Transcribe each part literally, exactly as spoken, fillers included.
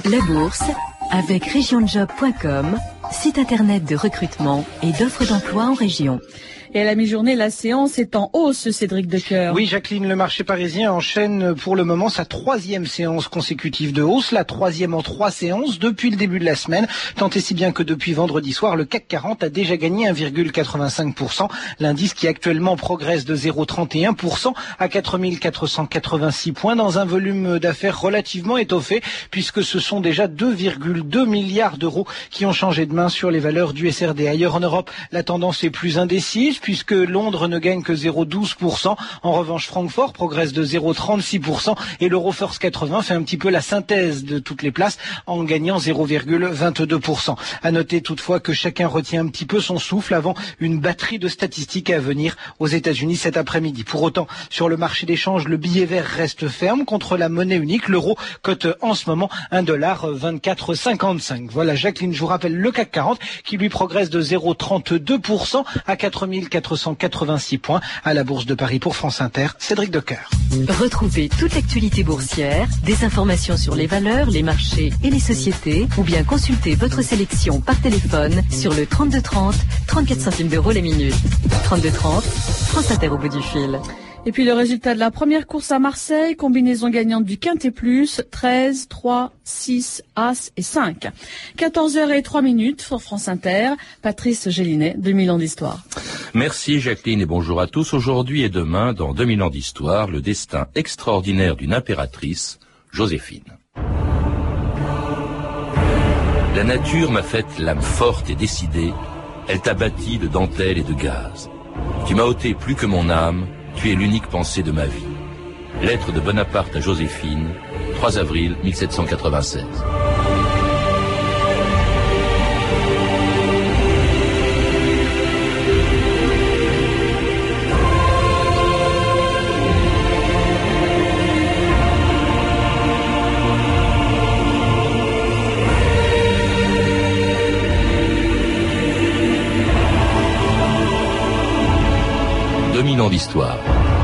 La bourse avec regionjob point com, site internet de recrutement et d'offres d'emploi en région. Et à la mi-journée, la séance est en hausse, Cédric Decoeur. Oui, Jacqueline, le marché parisien enchaîne pour le moment sa troisième séance consécutive de hausse, la troisième en trois séances depuis le début de la semaine. Tant et si bien que depuis vendredi soir, le C A C quarante a déjà gagné un virgule quatre-vingt-cinq pour cent. L'indice qui actuellement progresse de zéro virgule trente et un pour cent à quatre mille quatre cent quatre-vingt-six points dans un volume d'affaires relativement étoffé puisque ce sont déjà deux virgule deux milliards d'euros qui ont changé de main sur les valeurs du S R D. Ailleurs en Europe, la tendance est plus indécise puisque Londres ne gagne que zéro virgule douze pour cent. En revanche, Francfort progresse de zéro virgule trente-six pour cent et l'Euroforce quatre-vingts fait un petit peu la synthèse de toutes les places en gagnant zéro virgule vingt-deux pour cent. À noter toutefois que chacun retient un petit peu son souffle avant une batterie de statistiques à venir aux États-Unis cet après-midi. Pour autant, sur le marché des changes, le billet vert reste ferme contre la monnaie unique. L'euro cote en ce moment un dollar vingt-quatre cinquante-cinq. Voilà, Jacqueline, je vous rappelle le C A C quarante qui lui progresse de zéro virgule trente-deux pour cent à quatre mille quatre cent quatre-vingt-six points à la Bourse de Paris. Pour France Inter, Cédric Decoeur. Retrouvez toute l'actualité boursière, des informations sur les valeurs, les marchés et les sociétés, ou bien consultez votre sélection par téléphone sur le trente-deux trente, trente-quatre centimes d'euros la minute. trente-deux trente, France Inter au bout du fil. Et puis le résultat de la première course à Marseille, combinaison gagnante du Quintet Plus, treize, trois, six, As et cinq. quatorze heures zéro trois minutes sur France Inter, Patrice Gélinet, deux mille ans d'histoire. Merci Jacqueline et bonjour à tous. Aujourd'hui et demain, dans deux mille ans d'histoire, le destin extraordinaire d'une impératrice, Joséphine. La nature m'a faite l'âme forte et décidée, elle t'a bâti de dentelle et de gaze. Tu m'as ôté plus que mon âme, tu es l'unique pensée de ma vie. Lettre de Bonaparte à Joséphine, trois avril mille sept cent quatre-vingt-seize. deux mille ans d'histoire.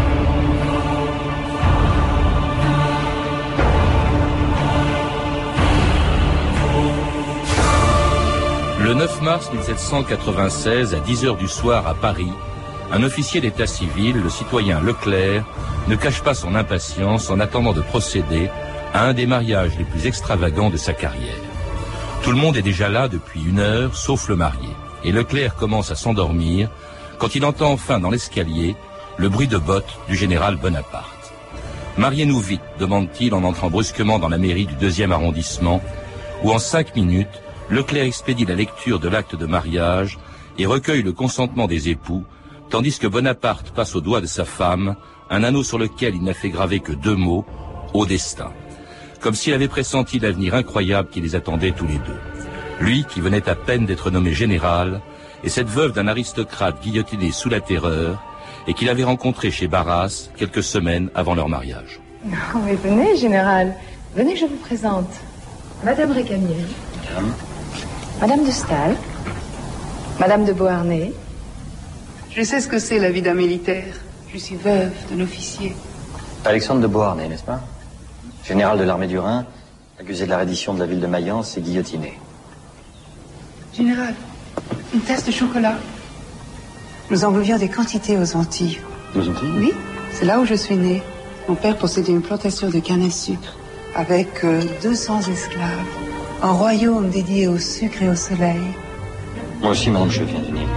Le neuf mars mille sept cent quatre-vingt-seize, à dix heures du soir à Paris, un officier d'état civil, le citoyen Leclerc, ne cache pas son impatience en attendant de procéder à un des mariages les plus extravagants de sa carrière. Tout le monde est déjà là depuis une heure, sauf le marié. Et Leclerc commence à s'endormir quand il entend enfin dans l'escalier le bruit de bottes du général Bonaparte. « Mariez-nous vite », demande-t-il en entrant brusquement dans la mairie du deuxième arrondissement, où en cinq minutes, Leclerc expédie la lecture de l'acte de mariage et recueille le consentement des époux, tandis que Bonaparte passe au doigt de sa femme un anneau sur lequel il n'a fait graver que deux mots, « Au destin », comme s'il avait pressenti l'avenir incroyable qui les attendait tous les deux. Lui, qui venait à peine d'être nommé général, et cette veuve d'un aristocrate guillotiné sous la terreur, et qu'il avait rencontré chez Barras quelques semaines avant leur mariage. Oh, mais venez, général. Venez, je vous présente. Madame Récamier. Madame. Madame de Staël. Madame de Beauharnais. Je sais ce que c'est la vie d'un militaire. Je suis veuve d'un officier. Alexandre de Beauharnais, n'est-ce pas? Général de l'armée du Rhin, accusé de la reddition de la ville de Mayence et guillotiné. Général, une tasse de chocolat. Nous envoyons des quantités aux Antilles. Aux Antilles? Oui, c'est là où je suis née. Mon père possédait une plantation de canne à sucre avec euh, deux cents esclaves. Un royaume dédié au sucre et au soleil. Moi aussi, madame, je viens d'une île.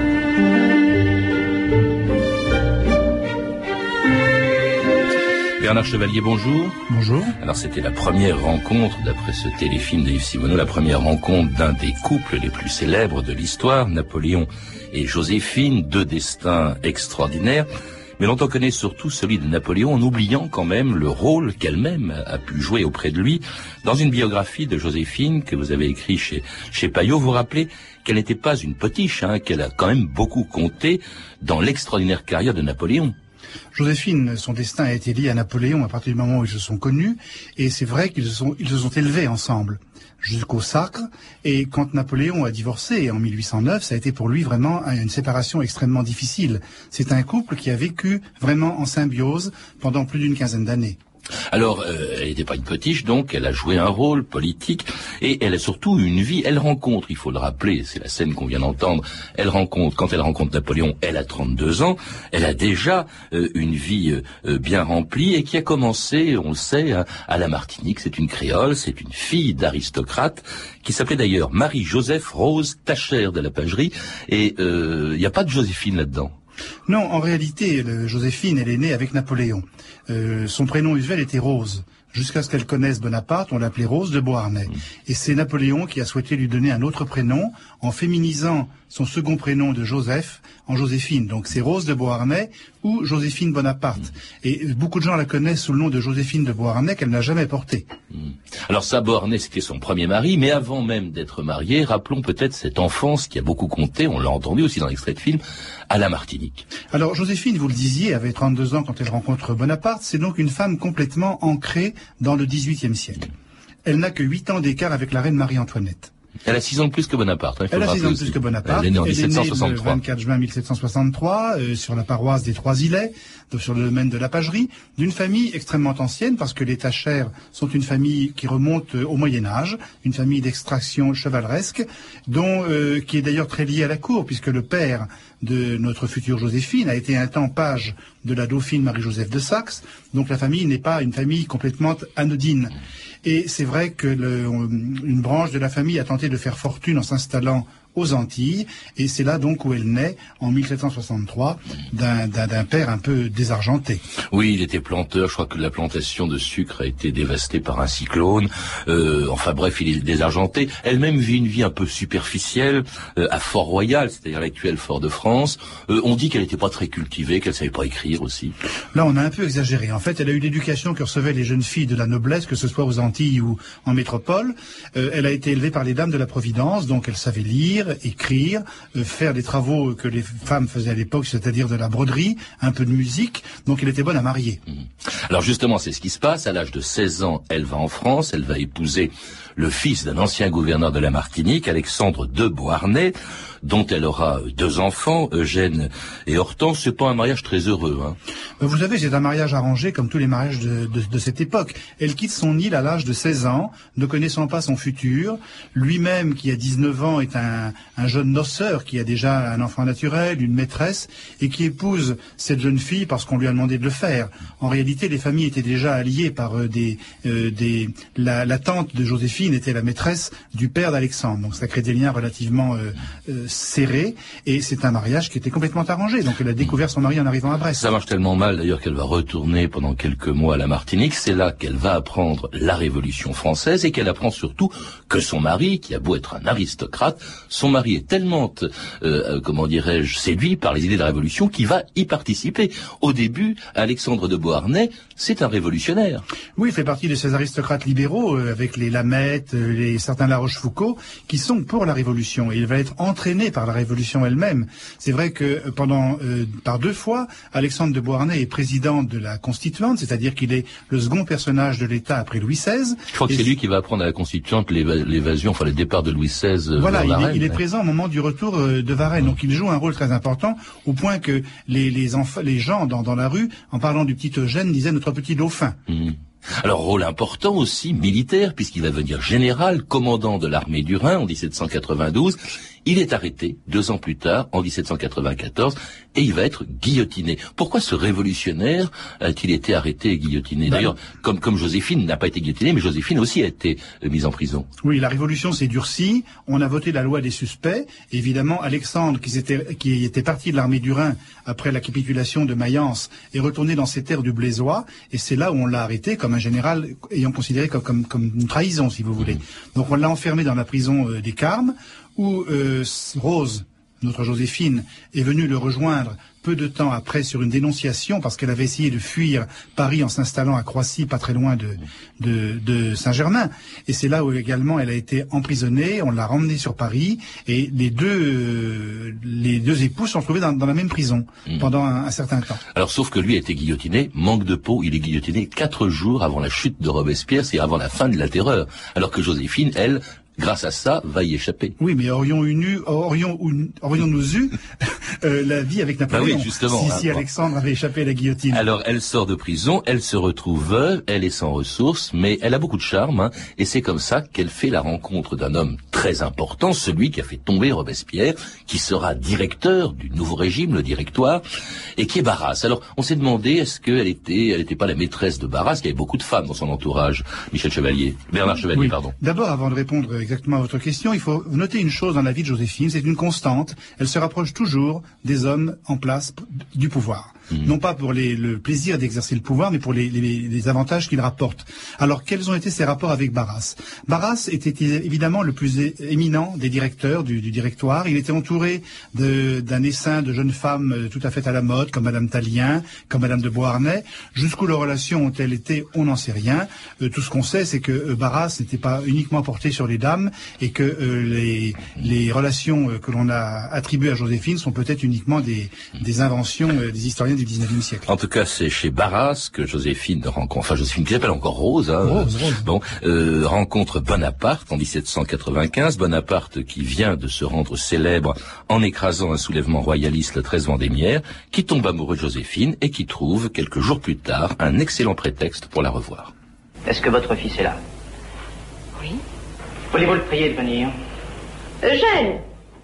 Bernard Chevalier, bonjour. Bonjour. Alors c'était la première rencontre, d'après ce téléfilm de Yves Simoneau, la première rencontre d'un des couples les plus célèbres de l'histoire, Napoléon et Joséphine, deux destins extraordinaires. Mais l'on en connaît surtout celui de Napoléon, en oubliant quand même le rôle qu'elle-même a pu jouer auprès de lui. Dans une biographie de Joséphine que vous avez écrite chez, chez Payot, vous rappelez qu'elle n'était pas une potiche, hein, qu'elle a quand même beaucoup compté dans l'extraordinaire carrière de Napoléon. Joséphine, son destin a été lié à Napoléon à partir du moment où ils se sont connus, et c'est vrai qu'ils se sont, ils se sont élevés ensemble jusqu'au sacre. Et quand Napoléon a divorcé en mille huit cent neuf, ça a été pour lui vraiment une séparation extrêmement difficile. C'est un couple qui a vécu vraiment en symbiose pendant plus d'une quinzaine d'années. Alors, euh, elle n'était pas une potiche, donc elle a joué un rôle politique, et elle a surtout une vie. Elle rencontre, il faut le rappeler, c'est la scène qu'on vient d'entendre, elle rencontre, quand elle rencontre Napoléon, elle a trente-deux ans, elle a déjà euh, une vie euh, bien remplie, et qui a commencé, on le sait, hein, à la Martinique. C'est une créole, c'est une fille d'aristocrate, qui s'appelait d'ailleurs Marie-Joseph Rose Tacher de la Pagerie, et il euh, n'y a pas de Joséphine là-dedans. Non, en réalité, le, Joséphine, elle est née avec Napoléon. Euh, son prénom usuel était Rose. Jusqu'à ce qu'elle connaisse Bonaparte, on l'appelait Rose de Beauharnais. Mmh. Et c'est Napoléon qui a souhaité lui donner un autre prénom, en féminisant son second prénom de Joseph en Joséphine. Donc c'est Rose de Beauharnais ou Joséphine Bonaparte. Mmh. Et beaucoup de gens la connaissent sous le nom de Joséphine de Beauharnais, qu'elle n'a jamais porté. Mmh. Alors ça, Beauharnais, c'était son premier mari, mais avant même d'être marié, rappelons peut-être cette enfance qui a beaucoup compté, on l'a entendu aussi dans l'extrait de film, à la Martinique. Alors Joséphine, vous le disiez, avait trente-deux ans quand elle rencontre Bonaparte. C'est donc une femme complètement ancrée dans le dix-huitième siècle. Elle n'a que huit ans d'écart avec la reine Marie-Antoinette. Elle a six ans de plus que Bonaparte. Hein, elle a six ans de plus que Bonaparte. Elle est née en elle dix-sept cent soixante-trois. Elle est née le vingt-quatre juin mille sept cent soixante-trois euh, sur la paroisse des Trois-Îlets, sur le domaine de la Pagerie, d'une famille extrêmement ancienne, parce que les Tacher sont une famille qui remonte au Moyen-Âge, une famille d'extraction chevaleresque, dont euh, qui est d'ailleurs très liée à la cour, puisque le père de notre future Joséphine a été un temps page de la dauphine Marie-Joseph de Saxe. Donc la famille n'est pas une famille complètement anodine. Et c'est vrai que le, une branche de la famille a tenté de faire fortune en s'installant aux Antilles, et c'est là donc où elle naît, en mille sept cent soixante-trois, d'un, d'un, d'un père un peu désargenté. Oui, il était planteur, je crois que la plantation de sucre a été dévastée par un cyclone, euh, enfin bref, il est désargenté. Elle-même vit une vie un peu superficielle, euh, à Fort-Royal, c'est-à-dire l'actuel Fort-de-France. Euh, on dit qu'elle n'était pas très cultivée, qu'elle savait pas écrire aussi. Là, on a un peu exagéré. En fait, elle a eu l'éducation que recevaient les jeunes filles de la noblesse, que ce soit aux Antilles ou en métropole. Euh, elle a été élevée par les dames de la Providence, donc elle savait lire, écrire, euh, faire des travaux que les femmes faisaient à l'époque, c'est-à-dire de la broderie, un peu de musique, donc elle était bonne à marier. Mmh. Alors justement, c'est ce qui se passe. À l'âge de seize ans, elle va en France, elle va épouser le fils d'un ancien gouverneur de la Martinique, Alexandre de Beauharnais, dont elle aura deux enfants, Eugène et Hortense. C'est pas un mariage très heureux, hein. Vous savez, c'est un mariage arrangé comme tous les mariages de, de, de cette époque. Elle quitte son île à l'âge de seize ans, ne connaissant pas son futur. Lui-même, qui a dix-neuf ans, est un, un jeune noceur qui a déjà un enfant naturel, une maîtresse, et qui épouse cette jeune fille parce qu'on lui a demandé de le faire. En réalité, les familles étaient déjà alliées par euh, des... Euh, des la, la tante de Joséphine était la maîtresse du père d'Alexandre. Donc ça crée des liens relativement euh, euh, serrés, et c'est un mariage qui était complètement arrangé. Donc elle a découvert son mari en arrivant à Brest. Ça marche tellement mal d'ailleurs qu'elle va retourner pendant quelques mois à la Martinique. C'est là qu'elle va apprendre la Révolution française, et qu'elle apprend surtout que son mari, qui a beau être un aristocrate, son mari est tellement, euh, comment dirais-je, séduit par les idées de la Révolution qu'il va y participer. Au début, Alexandre de Beauharnais, c'est un révolutionnaire. Oui, il fait partie de ces aristocrates libéraux, euh, avec les Lameth, euh, les certains La Rochefoucauld, qui sont pour la Révolution. Et il va être entraîné par la Révolution elle-même. C'est vrai que pendant euh, par deux fois, Alexandre de Beauharnais est président de la Constituante, c'est-à-dire qu'il est le second personnage de l'État après Louis seize. Je crois que c'est lui qui va apprendre à la Constituante l'éva- l'évasion, enfin le départ de Louis seize. Euh, voilà, il, Varennes, est, il est ouais. présent au moment du retour euh, de Varennes, donc il joue un rôle très important, au point que les, les, enf- les gens dans, dans la rue, en parlant du petit Eugène, disaient notre petit dauphin. Mmh. Alors, rôle important aussi, militaire, puisqu'il va devenir général, commandant de l'armée du Rhin en dix-sept cent quatre-vingt-douze. Il est arrêté deux ans plus tard, en dix-sept cent quatre-vingt-quatorze, et il va être guillotiné. Pourquoi ce révolutionnaire a-t-il été arrêté et guillotiné? D'ailleurs, comme, comme Joséphine n'a pas été guillotinée, mais Joséphine aussi a été euh, mise en prison. Oui, la révolution s'est durcie, on a voté la loi des suspects. Évidemment, Alexandre, qui, s'était, qui était parti de l'armée du Rhin après la capitulation de Mayence, est retourné dans ses terres du Blésois, et c'est là où on l'a arrêté comme un général ayant considéré comme, comme, comme une trahison, si vous voulez. Donc on l'a enfermé dans la prison euh, des Carmes, où euh, Rose, notre Joséphine, est venue le rejoindre peu de temps après sur une dénonciation, parce qu'elle avait essayé de fuir Paris en s'installant à Croissy, pas très loin de, de, de Saint-Germain. Et c'est là où également elle a été emprisonnée, on l'a ramenée sur Paris, et les deux, euh, les deux époux sont trouvés dans, dans la même prison mmh. pendant un, un certain temps. Alors, sauf que lui a été guillotiné, manque de peau, il est guillotiné quatre jours avant la chute de Robespierre, c'est avant la fin de la Terreur. Alors que Joséphine, elle, grâce à ça, va y échapper. Oui, mais aurions eu, aurions, aurions-nous eu euh, la vie avec Napoléon, bah oui, justement, si, hein, si Alexandre avait échappé à la guillotine. Alors, elle sort de prison, elle se retrouve veuve, elle est sans ressources, mais elle a beaucoup de charme, hein, et c'est comme ça qu'elle fait la rencontre d'un homme très important, celui qui a fait tomber Robespierre, qui sera directeur du nouveau régime, le Directoire, et qui est Barras. Alors, on s'est demandé, est-ce qu'elle était, elle n'était pas la maîtresse de Barras? Il y avait beaucoup de femmes dans son entourage. Michel Chevalier, Bernard Chevalier, oui. pardon. D'abord, avant de répondre exactement à votre question, il faut noter une chose dans la vie de Joséphine, c'est une constante. Elle se rapproche toujours des hommes en place du pouvoir. Mmh. Non pas pour les, le plaisir d'exercer le pouvoir, mais pour les, les, les avantages qu'il rapporte. Alors, quels ont été ses rapports avec Barras? Barras était évidemment le plus éminent des directeurs du, du Directoire. Il était entouré d'un essaim de jeunes femmes tout à fait à la mode, comme Madame Tallien, comme Madame de Beauharnais. Jusqu'où leurs relations ont-elles été, on n'en sait rien. Euh, tout ce qu'on sait, c'est que euh, Barras n'était pas uniquement porté sur les dames et que euh, les, les relations euh, que l'on a attribuées à Joséphine sont peut-être uniquement des, des inventions euh, des historiens du dix-neuvième siècle. En tout cas, c'est chez Barras que Joséphine rencontre, enfin Joséphine qui s'appelle encore Rose, hein, Rose, euh, Rose. Bon, euh, rencontre Bonaparte en dix-sept cent quatre-vingt-quinze. Bonaparte qui vient de se rendre célèbre en écrasant un soulèvement royaliste le treize Vendémiaire, qui tombe amoureux de Joséphine et qui trouve quelques jours plus tard un excellent prétexte pour la revoir. Est-ce que votre fils est là? Oui. Voulez-vous le prier de venir? Eugène!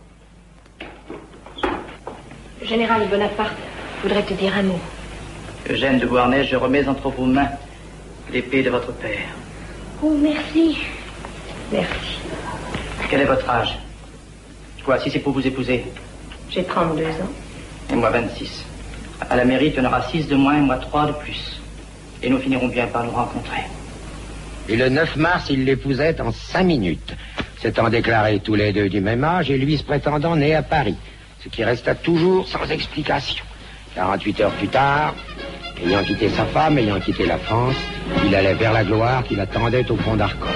Général Bonaparte voudrait te dire un mot. Eugène de Beauharnais, je remets entre vos mains l'épée de votre père. Oh, merci. Merci. Quel est votre âge? Quoi, si c'est pour vous épouser? J'ai trente-deux ans. Et moi vingt-six. À la mairie, tu en auras six de moins et moi trois de plus. Et nous finirons bien par nous rencontrer. Et le neuf mars, il l'épousait en cinq minutes, s'étant déclarés tous les deux du même âge et lui se prétendant né à Paris, ce qui resta toujours sans explication. quarante-huit heures plus tard, ayant quitté sa femme, ayant quitté la France, il allait vers la gloire qui l'attendait au pont d'Arcole.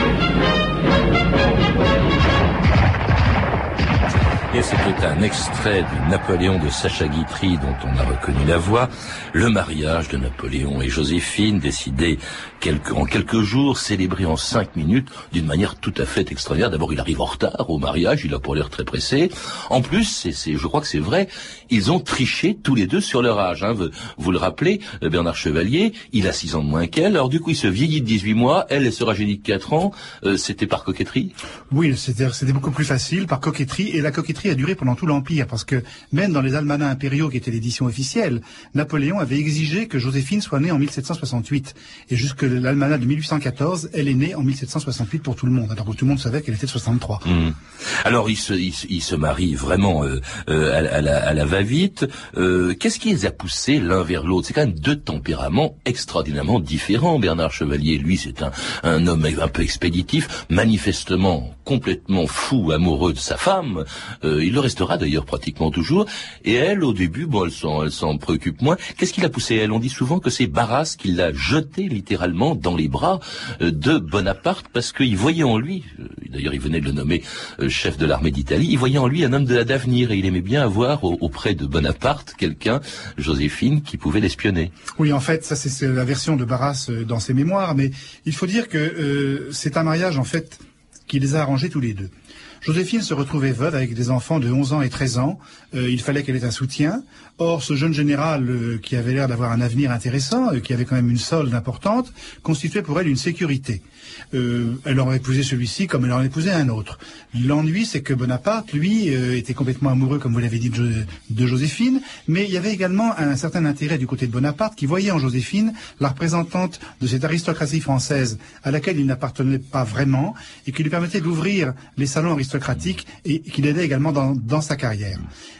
Et c'était un extrait de Napoléon de Sacha Guitry dont on a reconnu la voix. Le mariage de Napoléon et Joséphine, décidé quelques, en quelques jours, célébré en cinq minutes, d'une manière tout à fait extraordinaire. D'abord, il arrive en retard au mariage, il a pour l'air très pressé. En plus, c'est, c'est, je crois que c'est vrai, ils ont triché tous les deux sur leur âge. Hein. Vous, vous le rappelez, Bernard Chevalier, il a six ans de moins qu'elle. Alors du coup, il se vieillit de dix-huit mois, elle, elle se rajeunit de quatre ans. Euh, c'était par coquetterie? Oui, c'était, c'était beaucoup plus facile, par coquetterie. Et la coquetterie a duré pendant tout l'Empire, parce que même dans les almanachs impériaux, qui étaient l'édition officielle, Napoléon avait exigé que Joséphine soit née en mille sept cent soixante-huit. Et jusque l'almanach de mille huit cent quatorze, elle est née en mille sept cent soixante-huit pour tout le monde, alors que tout le monde savait qu'elle était de soixante-trois. Mmh. Alors, ils se, ils, ils se marient vraiment euh, euh, à, à, la, à la va-vite. Euh, qu'est-ce qui les a poussés l'un vers l'autre? C'est quand même deux tempéraments extraordinairement différents. Bernard Chevalier, lui, c'est un, un homme un peu expéditif, manifestement complètement fou, amoureux de sa femme. Euh, il le restera d'ailleurs pratiquement toujours. Et elle, au début, bon, elle s'en, elle s'en préoccupe moins. Qu'est-ce qui l'a poussé elle? On dit souvent que c'est Barras qui l'a jeté littéralement dans les bras de Bonaparte, parce qu'il voyait en lui, d'ailleurs il venait de le nommer chef de l'armée d'Italie, il voyait en lui un homme de, d'avenir, et il aimait bien avoir auprès de Bonaparte quelqu'un, Joséphine, qui pouvait l'espionner. Oui, en fait, ça c'est la version de Barras dans ses mémoires, mais il faut dire que euh, c'est un mariage en fait qui les a arrangés tous les deux. Joséphine se retrouvait veuve avec des enfants de onze ans et treize ans. Euh, il fallait qu'elle ait un soutien. Or, ce jeune général euh, qui avait l'air d'avoir un avenir intéressant, euh, qui avait quand même une solde importante, constituait pour elle une sécurité. Euh, elle aurait épousé celui-ci comme elle en épousait un autre. L'ennui, c'est que Bonaparte, lui, euh, était complètement amoureux, comme vous l'avez dit, de, de Joséphine, mais il y avait également un certain intérêt du côté de Bonaparte qui voyait en Joséphine la représentante de cette aristocratie française à laquelle il n'appartenait pas vraiment et qui lui permettait d'ouvrir les salons aristocratiques et qui l'aidait également dans, dans sa carrière.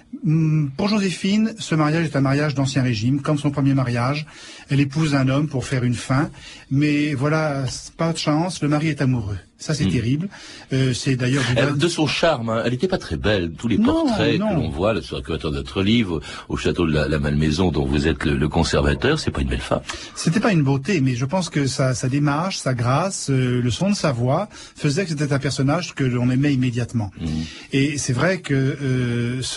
Pour Joséphine, ce mariage est un mariage d'ancien régime, comme son premier mariage. Elle épouse un homme pour faire une fin, mais voilà, pas de chance, le mari est amoureux. Ça, c'est mmh. terrible. Euh, c'est d'ailleurs elle, de son charme. Hein, elle n'était pas très belle. Tous les non, portraits non. que l'on voit là, sur le couverture de notre livre, au château de la, la Malmaison, dont vous êtes le, le conservateur, c'est pas une belle femme. C'était pas une beauté, mais je pense que sa, sa démarche, sa grâce, euh, le son de sa voix faisait que c'était un personnage que l'on aimait immédiatement. Mmh. Et c'est vrai que euh, ce, ce mariage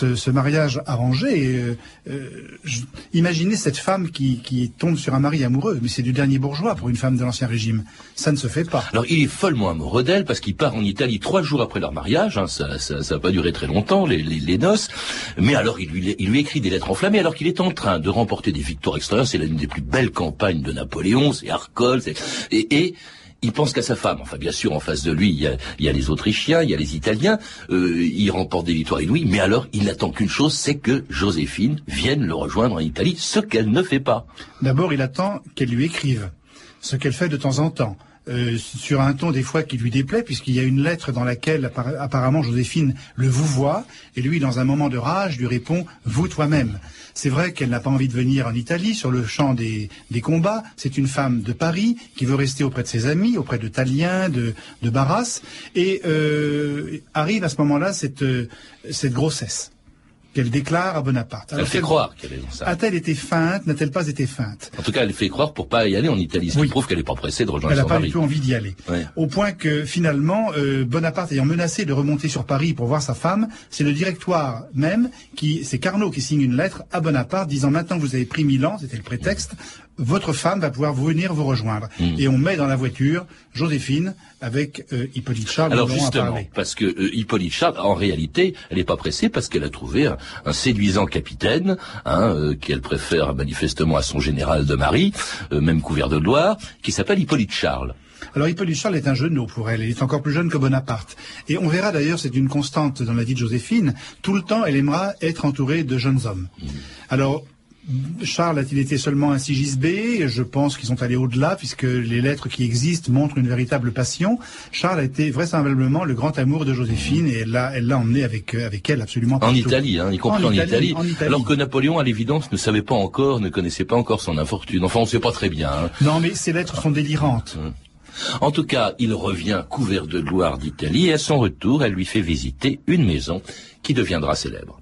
mariage arrangé. Euh, euh, je, imaginez cette femme qui, qui tombe sur un mari amoureux, mais c'est du dernier bourgeois pour une femme de l'Ancien Régime. Ça ne se fait pas. Alors il est follement amoureux d'elle parce qu'il part en Italie trois jours après leur mariage. Hein, ça, ça, ça n'a pas duré très longtemps les, les, les noces. Mais alors il lui, il lui écrit des lettres enflammées alors qu'il est en train de remporter des victoires extérieures. C'est l'une des plus belles campagnes de Napoléon. C'est Arcole. C'est... Et, et il pense qu'à sa femme. Enfin, bien sûr, en face de lui, il y a, il y a les Autrichiens, il y a les Italiens. Euh, il remporte des victoires inouïes. Mais alors, il n'attend qu'une chose, c'est que Joséphine vienne le rejoindre en Italie, ce qu'elle ne fait pas. D'abord, il attend qu'elle lui écrive, ce qu'elle fait de temps en temps. Euh, sur un ton des fois qui lui déplaît, puisqu'il y a une lettre dans laquelle apparemment Joséphine le vouvoie, et lui, dans un moment de rage, lui répond « vous toi-même ». C'est vrai qu'elle n'a pas envie de venir en Italie, sur le champ des, des combats. C'est une femme de Paris qui veut rester auprès de ses amis, auprès de Tallien, de, de Barras, et euh, arrive à ce moment-là cette, cette grossesse qu'elle déclare à Bonaparte. Alors, elle fait croire qu'elle est dans ça. A-t-elle été feinte? N'a-t-elle pas été feinte? En tout cas, elle fait croire pour pas y aller en Italie, ce qui oui. prouve qu'elle n'est pas pressée de rejoindre elle son mari. Elle n'a pas du tout envie d'y aller. Ouais. Au point que, finalement, euh, Bonaparte ayant menacé de remonter sur Paris pour voir sa femme, c'est le directoire même, qui, c'est Carnot qui signe une lettre à Bonaparte disant « Maintenant que vous avez pris Milan », c'était le prétexte, votre femme va pouvoir venir vous rejoindre. Mmh. Et on met dans la voiture Joséphine avec euh, Hippolyte Charles. Alors justement, parce que euh, Hippolyte Charles, en réalité, elle n'est pas pressée parce qu'elle a trouvé un, un séduisant capitaine, hein, euh, qu'elle préfère manifestement à son général de mari, euh, même couvert de gloire, qui s'appelle Hippolyte Charles. Alors Hippolyte Charles est un genou pour elle, elle est encore plus jeune que Bonaparte. Et on verra d'ailleurs, c'est une constante dans la vie de Joséphine, tout le temps elle aimera être entourée de jeunes hommes. Mmh. Alors, Charles a-t-il été seulement un Sigisbée? Je pense qu'ils sont allés au-delà, puisque les lettres qui existent montrent une véritable passion. Charles a été vraisemblablement le grand amour de Joséphine, et elle l'a, elle l'a emmené avec, avec elle absolument partout. En Italie, hein, y compris en, en, Italie, Italie, en Italie. Alors que Napoléon, à l'évidence, ne savait pas encore, ne connaissait pas encore son infortune. Enfin, on ne sait pas très bien. Hein. Non, mais ces lettres sont délirantes. Hum. En tout cas, il revient couvert de gloire d'Italie, et à son retour, elle lui fait visiter une maison qui deviendra célèbre.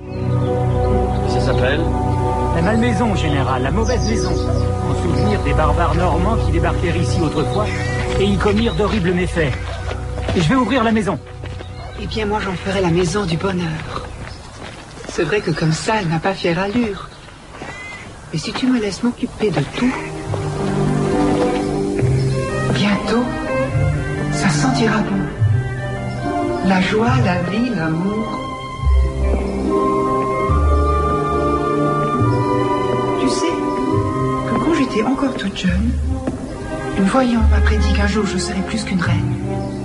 Ça s'appelle ? La Malmaison, général, la mauvaise maison. En souvenir des barbares normands qui débarquèrent ici autrefois et y commirent d'horribles méfaits. Et je vais ouvrir la maison. Eh bien, moi, j'en ferai la maison du bonheur. C'est vrai que comme ça, elle n'a pas fière allure. Mais si tu me laisses m'occuper de tout, bientôt, ça sentira bon. La joie, la vie, l'amour. Tu sais que quand j'étais encore toute jeune, une voyante m'a prédit qu'un jour je serais plus qu'une reine.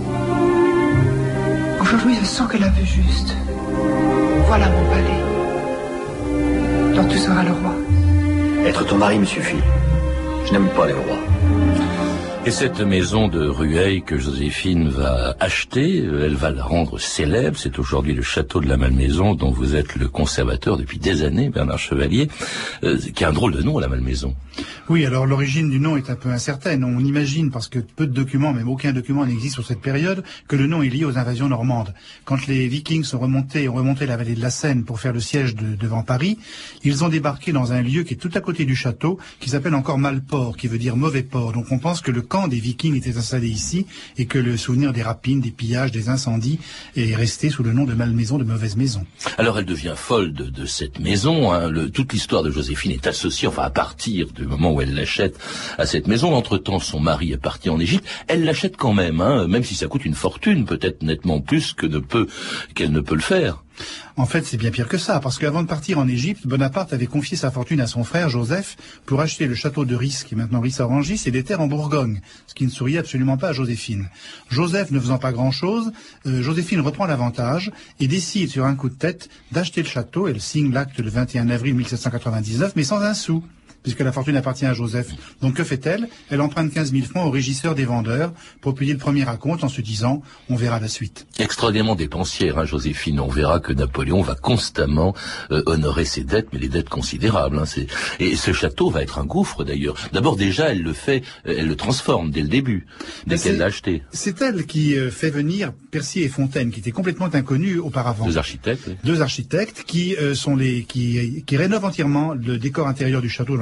Aujourd'hui, je sens qu'elle a vu juste. Voilà mon palais, dont tu seras le roi. Être ton mari me suffit. Je n'aime pas les rois. Et cette maison de Rueil que Joséphine va acheter, elle va la rendre célèbre. C'est aujourd'hui le château de la Malmaison dont vous êtes le conservateur depuis des années, Bernard Chevalier, euh, qui a un drôle de nom, la Malmaison. Oui, alors l'origine du nom est un peu incertaine. On imagine, parce que peu de documents, même aucun document n'existe sur cette période, que le nom est lié aux invasions normandes. Quand les Vikings sont remontés, ont remonté la vallée de la Seine pour faire le siège de, devant Paris, ils ont débarqué dans un lieu qui est tout à côté du château, qui s'appelle encore Malport, qui veut dire mauvais port. Donc on pense que le camp des Vikings était installé ici et que le souvenir des rapines, des pillages, des incendies est resté sous le nom de Malmaison, de mauvaise maison. Alors elle devient folle de, de cette maison. Hein. Le, toute l'histoire de Joséphine est associée, enfin à partir du moment où elle l'achète, à cette maison. Entre-temps, son mari est parti en Égypte. Elle l'achète quand même, hein, même si ça coûte une fortune, peut-être nettement plus que ne peut, qu'elle ne peut le faire. En fait, c'est bien pire que ça, parce qu'avant de partir en Égypte, Bonaparte avait confié sa fortune à son frère Joseph pour acheter le château de Ris, qui est maintenant Ris-Orangis, et des terres en Bourgogne, ce qui ne souriait absolument pas à Joséphine. Joseph ne faisant pas grand-chose, euh, Joséphine reprend l'avantage et décide sur un coup de tête d'acheter le château. Elle signe l'acte le vingt et un avril mille sept cent quatre-vingt-dix-neuf, mais sans un sou, puisque la fortune appartient à Joseph. Donc que fait-elle? Elle emprunte quinze mille francs au régisseur des vendeurs pour payer le premier acompte en se disant « on verra la suite ». Extraordinairement dépensière, hein, Joséphine. On verra que Napoléon va constamment euh, honorer ses dettes, mais les dettes considérables. Hein, c'est... Et ce château va être un gouffre d'ailleurs. D'abord déjà, elle le fait, elle le transforme dès le début, dès mais qu'elle l'a acheté. C'est elle qui euh, fait venir Percier et Fontaine, qui étaient complètement inconnus auparavant. Deux architectes. Oui. Deux architectes qui euh, sont les qui, qui rénovent entièrement le décor intérieur du château dans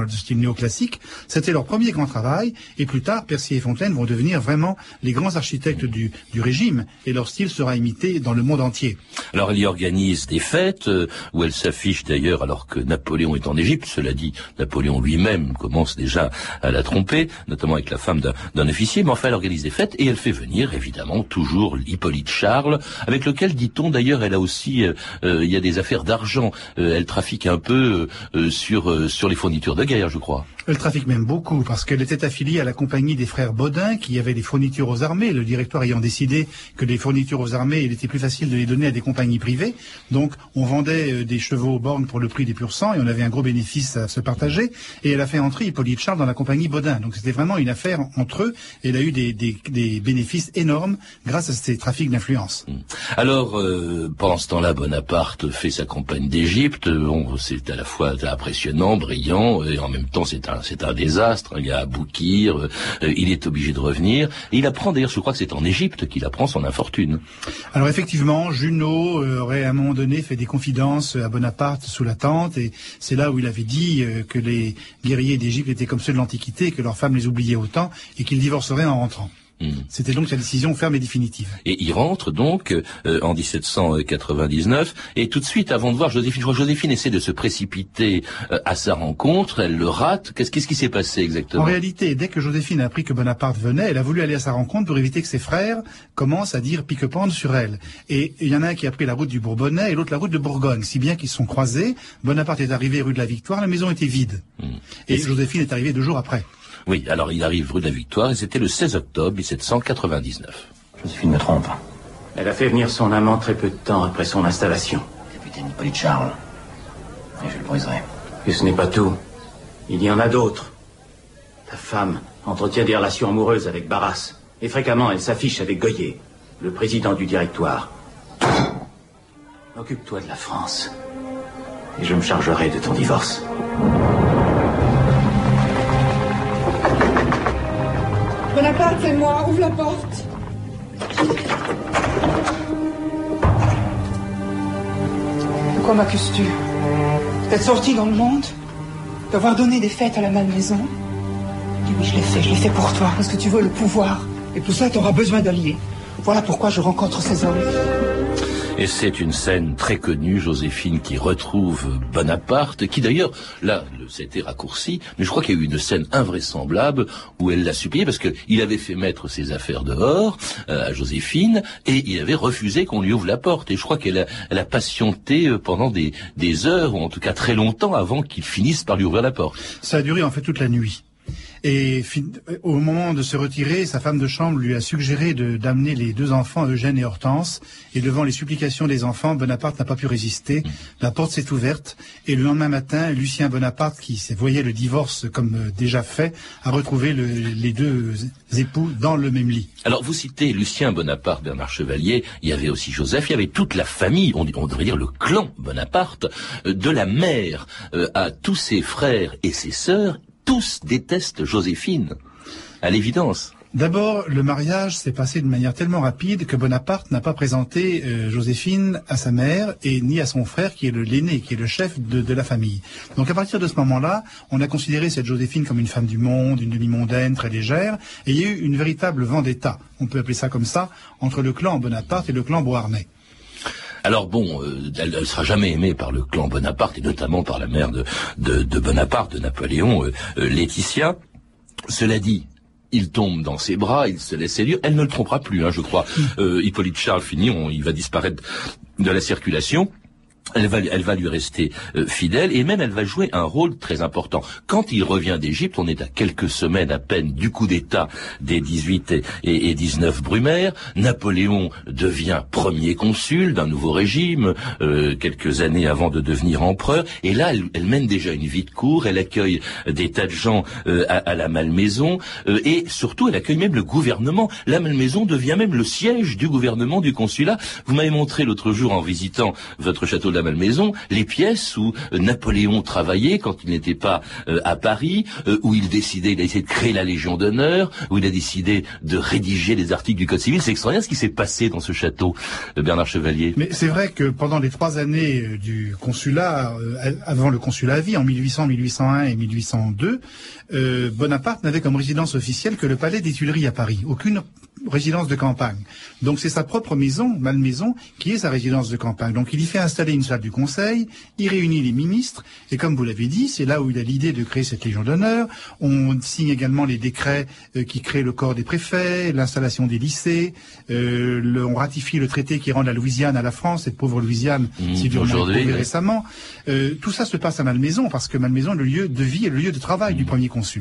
de style néoclassique. C'était leur premier grand travail, et plus tard, Percier et Fontaine vont devenir vraiment les grands architectes du, du régime, et leur style sera imité dans le monde entier. Alors elle y organise des fêtes, euh, où elle s'affiche d'ailleurs alors que Napoléon est en Égypte. Cela dit, Napoléon lui-même commence déjà à la tromper, notamment avec la femme d'un, d'un officier, mais enfin elle organise des fêtes, et elle fait venir évidemment toujours Hippolyte Charles, avec lequel, dit-on d'ailleurs, elle a aussi, euh, euh, il y a des affaires d'argent, euh, elle trafique un peu euh, sur, euh, sur les fournitures de guerre, je crois. Elle trafique même beaucoup, parce qu'elle était affiliée à la compagnie des frères Baudin, qui avait des fournitures aux armées, le directoire ayant décidé que les fournitures aux armées, il était plus facile de les donner à des compagnies privées. Donc, on vendait des chevaux aux bornes pour le prix des pur sang, et on avait un gros bénéfice à se partager, et elle a fait entrer Hippolyte Charles dans la compagnie Baudin. Donc, c'était vraiment une affaire entre eux, et elle a eu des, des, des bénéfices énormes grâce à ces trafics d'influence. Alors, euh, pendant ce temps-là, Bonaparte fait sa campagne d'Égypte. Bon, c'est à la fois impressionnant, brillant, et en même temps, c'est un c'est un désastre. Il y a Aboukir, euh, il est obligé de revenir. Et il apprend, d'ailleurs, je crois que c'est en Égypte qu'il apprend son infortune. Alors effectivement, Junot euh, aurait à un moment donné fait des confidences à Bonaparte sous la tente, et c'est là où il avait dit euh, que les guerriers d'Égypte étaient comme ceux de l'Antiquité, que leurs femmes les oubliaient autant, et qu'ils divorceraient en rentrant. Mmh. C'était donc sa décision ferme et définitive. Et il rentre donc euh, en dix-sept cent quatre-vingt-dix-neuf, et tout de suite, avant de voir Joséphine, je crois que Joséphine essaie de se précipiter euh, à sa rencontre, elle le rate. Qu'est-ce, qu'est-ce qui s'est passé exactement? En réalité, dès que Joséphine a appris que Bonaparte venait, elle a voulu aller à sa rencontre pour éviter que ses frères commencent à dire pique-pendre sur elle. Et il y en a un qui a pris la route du Bourbonnais et l'autre la route de Bourgogne, si bien qu'ils se sont croisés. Bonaparte est arrivé rue de la Victoire, la maison était vide. Mmh. Et, et Joséphine est arrivée deux jours après. Oui, alors il arrive rue de la Victoire, et c'était le seize octobre dix-sept cent quatre-vingt-dix-neuf. Joséphine me trompe. Elle a fait venir son amant très peu de temps après son installation. Capitaine Hippolyte Charles. Et je le briserai. Et ce n'est pas tout. Il y en a d'autres. Ta femme entretient des relations amoureuses avec Barras. Et fréquemment, elle s'affiche avec Goyer, le président du directoire. Occupe-toi de la France. Et je me chargerai de ton divorce. Bonaparte, c'est moi, ouvre la porte. Pourquoi m'accuses-tu? D'être sorti dans le monde? D'avoir donné des fêtes à la Malmaison? Et oui, je l'ai fait, je l'ai fait pour toi, parce que tu veux le pouvoir. Et pour ça, tu auras besoin d'alliés. Voilà pourquoi je rencontre ces hommes. Et c'est une scène très connue, Joséphine qui retrouve Bonaparte, qui d'ailleurs, là, c'était raccourci, mais je crois qu'il y a eu une scène invraisemblable où elle l'a supplié, parce qu'il avait fait mettre ses affaires dehors euh, à Joséphine, et il avait refusé qu'on lui ouvre la porte. Et je crois qu'elle a, elle a patienté pendant des, des heures, ou en tout cas très longtemps, avant qu'il finisse par lui ouvrir la porte. Ça a duré en fait toute la nuit. Et au moment de se retirer, sa femme de chambre lui a suggéré de, d'amener les deux enfants, Eugène et Hortense. Et devant les supplications des enfants, Bonaparte n'a pas pu résister. La porte s'est ouverte. Et le lendemain matin, Lucien Bonaparte, qui voyait le divorce comme déjà fait, a retrouvé le, les deux époux dans le même lit. Alors vous citez Lucien Bonaparte, Bernard Chevalier. Il y avait aussi Joseph. Il y avait toute la famille, on, on devrait dire le clan Bonaparte, de la mère euh, à tous ses frères et ses sœurs. Tous détestent Joséphine, à l'évidence. D'abord, le mariage s'est passé de manière tellement rapide que Bonaparte n'a pas présenté euh, Joséphine à sa mère et ni à son frère qui est le l'aîné, qui est le chef de, de la famille. Donc à partir de ce moment-là, on a considéré cette Joséphine comme une femme du monde, une demi-mondaine, très légère, et il y a eu une véritable vendetta, on peut appeler ça comme ça, entre le clan Bonaparte et le clan Beauharnais. Alors bon, euh, elle ne sera jamais aimée par le clan Bonaparte, et notamment par la mère de, de, de Bonaparte, de Napoléon, euh, euh, Laetitia. Cela dit, il tombe dans ses bras, il se laisse séduire. Elle ne le trompera plus, hein, je crois. Euh, Hippolyte Charles finit, on, il va disparaître de la circulation. Elle va, elle va lui rester euh, fidèle, et même elle va jouer un rôle très important. Quand il revient d'Égypte, on est à quelques semaines à peine du coup d'État des dix-huit et, et, et dix-neuf Brumaire. Napoléon devient premier consul d'un nouveau régime, euh, quelques années avant de devenir empereur. Et là, elle, elle mène déjà une vie de cour, elle accueille des tas de gens euh, à, à la Malmaison, euh, et surtout, elle accueille même le gouvernement. La Malmaison devient même le siège du gouvernement, du consulat. Vous m'avez montré l'autre jour, en visitant votre château de la Malmaison, les pièces où euh, Napoléon travaillait quand il n'était pas euh, à Paris, euh, où il décidait, il a essayé de créer la Légion d'honneur, où il a décidé de rédiger les articles du Code civil. C'est extraordinaire ce qui s'est passé dans ce château, euh, Bernard Chevalier. Mais c'est vrai que pendant les trois années euh, du consulat, euh, avant le consulat à vie, en mille huit cents, mille huit cent un et mille huit cent deux, euh, Bonaparte n'avait comme résidence officielle que le palais des Tuileries à Paris. Aucune résidence de campagne. Donc c'est sa propre maison, Malmaison, qui est sa résidence de campagne. Donc il y fait installer une salle du Conseil, il réunit les ministres, et comme vous l'avez dit, c'est là où il a l'idée de créer cette Légion d'honneur. On signe également les décrets euh, qui créent le corps des préfets, l'installation des lycées, euh, le, on ratifie le traité qui rend la Louisiane à la France, cette pauvre Louisiane, mmh, si durement éprouvée récemment. Euh, tout ça se passe à Malmaison, parce que Malmaison est le lieu de vie et le lieu de travail mmh. du premier consul.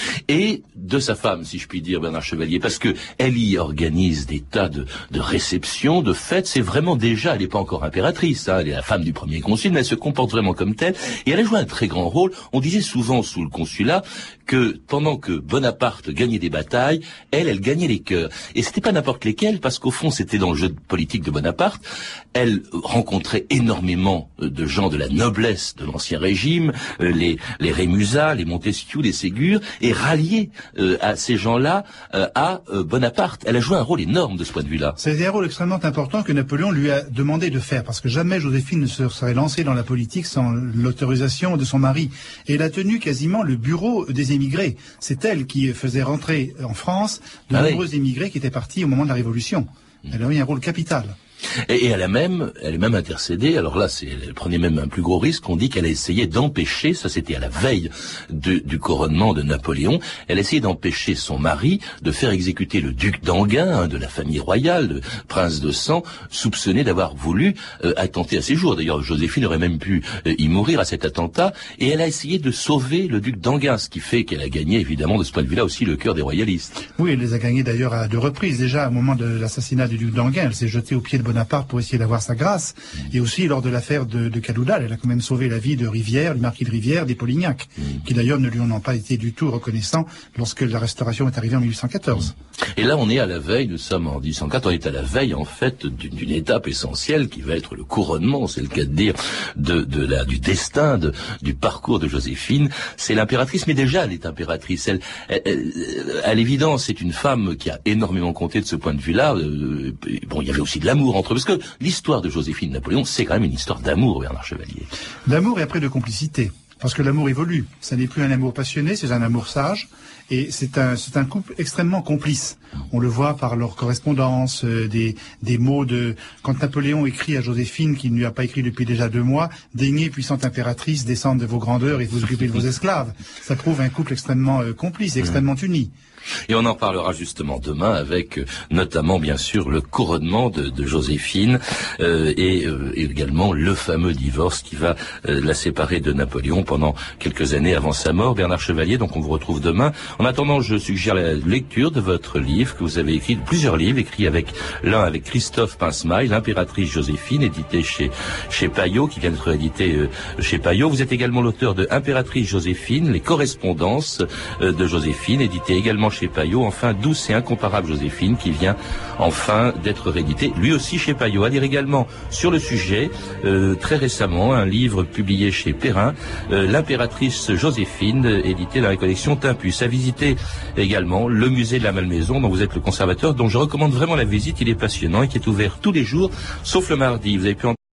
Et de sa femme, si je puis dire, Bernard Chevalier, parce que elle y organise des tas de, de réceptions, de fêtes. C'est vraiment déjà, elle n'est pas encore impératrice, hein, elle est la femme du premier consul, mais elle se comporte vraiment comme telle. Et elle a joué un très grand rôle. On disait souvent sous le consulat que pendant que Bonaparte gagnait des batailles, elle, elle gagnait les cœurs. Et c'était pas n'importe lesquels, parce qu'au fond, c'était dans le jeu politique de Bonaparte. Elle rencontrait énormément de gens de la noblesse de l'Ancien Régime, les, les Rémusat, les Montesquieu, les Ségur, et rallier euh, à ces gens-là euh, à euh, Bonaparte. Elle a joué un rôle énorme de ce point de vue-là. C'est un rôle extrêmement important que Napoléon lui a demandé de faire, parce que jamais Joséphine ne se serait lancée dans la politique sans l'autorisation de son mari. Et elle a tenu quasiment le bureau des émigrés. C'est elle qui faisait rentrer en France de ah nombreux oui. émigrés qui étaient partis au moment de la Révolution. Elle a eu un rôle capital. Et, et elle a même, elle est même intercédée. Alors là, c'est, elle prenait même un plus gros risque. On dit qu'elle a essayé d'empêcher, ça c'était à la veille de, du couronnement de Napoléon, elle a essayé d'empêcher son mari de faire exécuter le duc d'Enghien, hein, de la famille royale, le prince de sang, soupçonné d'avoir voulu euh, attenter à ses jours. D'ailleurs, Joséphine aurait même pu euh, y mourir à cet attentat. Et elle a essayé de sauver le duc d'Enghien, ce qui fait qu'elle a gagné, évidemment, de ce point de vue-là aussi, le cœur des royalistes. Oui, elle les a gagnés d'ailleurs à deux reprises. Déjà, au moment de l'assassinat du duc d'Enghien, elle s'est jetée aux pieds de Bonaparte pour essayer d'avoir sa grâce, mmh. et aussi lors de l'affaire de, de Cadoudal, elle a quand même sauvé la vie de Rivière, du marquis de Rivière, des Polignac, mmh. qui d'ailleurs ne lui en ont pas été du tout reconnaissants lorsque la Restauration est arrivée en mille huit cent quatorze. Mmh. Et là, on est à la veille, nous sommes en mille huit cent quatre, on est à la veille, en fait, d'une, d'une étape essentielle qui va être le couronnement, c'est le cas de dire, de, de la, du destin, de, du parcours de Joséphine. C'est l'impératrice, mais déjà, elle est impératrice. Elle, elle, elle, à l'évidence, c'est une femme qui a énormément compté de ce point de vue-là. Euh, bon, il y avait aussi de l'amour entre eux, parce que l'histoire de Joséphine Napoléon, c'est quand même une histoire d'amour, Bernard Chevalier. D'amour et après de complicité. Parce que l'amour évolue. Ça n'est plus un amour passionné, c'est un amour sage. Et c'est un, c'est un couple extrêmement complice. On le voit par leur correspondance, euh, des, des mots de... Quand Napoléon écrit à Joséphine, qu'il ne lui a pas écrit depuis déjà deux mois, « Daignez, puissante impératrice, descendre de vos grandeurs et vous occuper de vos esclaves ». Ça prouve un couple extrêmement euh, complice, extrêmement uni. Et on en parlera justement demain avec euh, notamment bien sûr le couronnement de, de Joséphine euh, et, euh, et également le fameux divorce qui va euh, la séparer de Napoléon pendant quelques années avant sa mort. Bernard Chevalier, donc on vous retrouve demain. En attendant, je suggère la lecture de votre livre que vous avez écrit, plusieurs livres écrits avec l'un avec Christophe Pincemaille, l'impératrice Joséphine, édité chez chez Payot, qui vient d'être édité euh, chez Payot. Vous êtes également l'auteur de Impératrice Joséphine, les correspondances euh, de Joséphine, édité également chez Payot. Enfin, Douce et incomparable Joséphine, qui vient enfin d'être réédité, lui aussi chez Payot. À lire également sur le sujet, euh, très récemment, un livre publié chez Perrin, euh, l'impératrice Joséphine, édité dans la collection Timpus. À visiter également le musée de la Malmaison, dont vous êtes le conservateur, dont je recommande vraiment la visite. Il est passionnant et qui est ouvert tous les jours, sauf le mardi. Vous avez pu en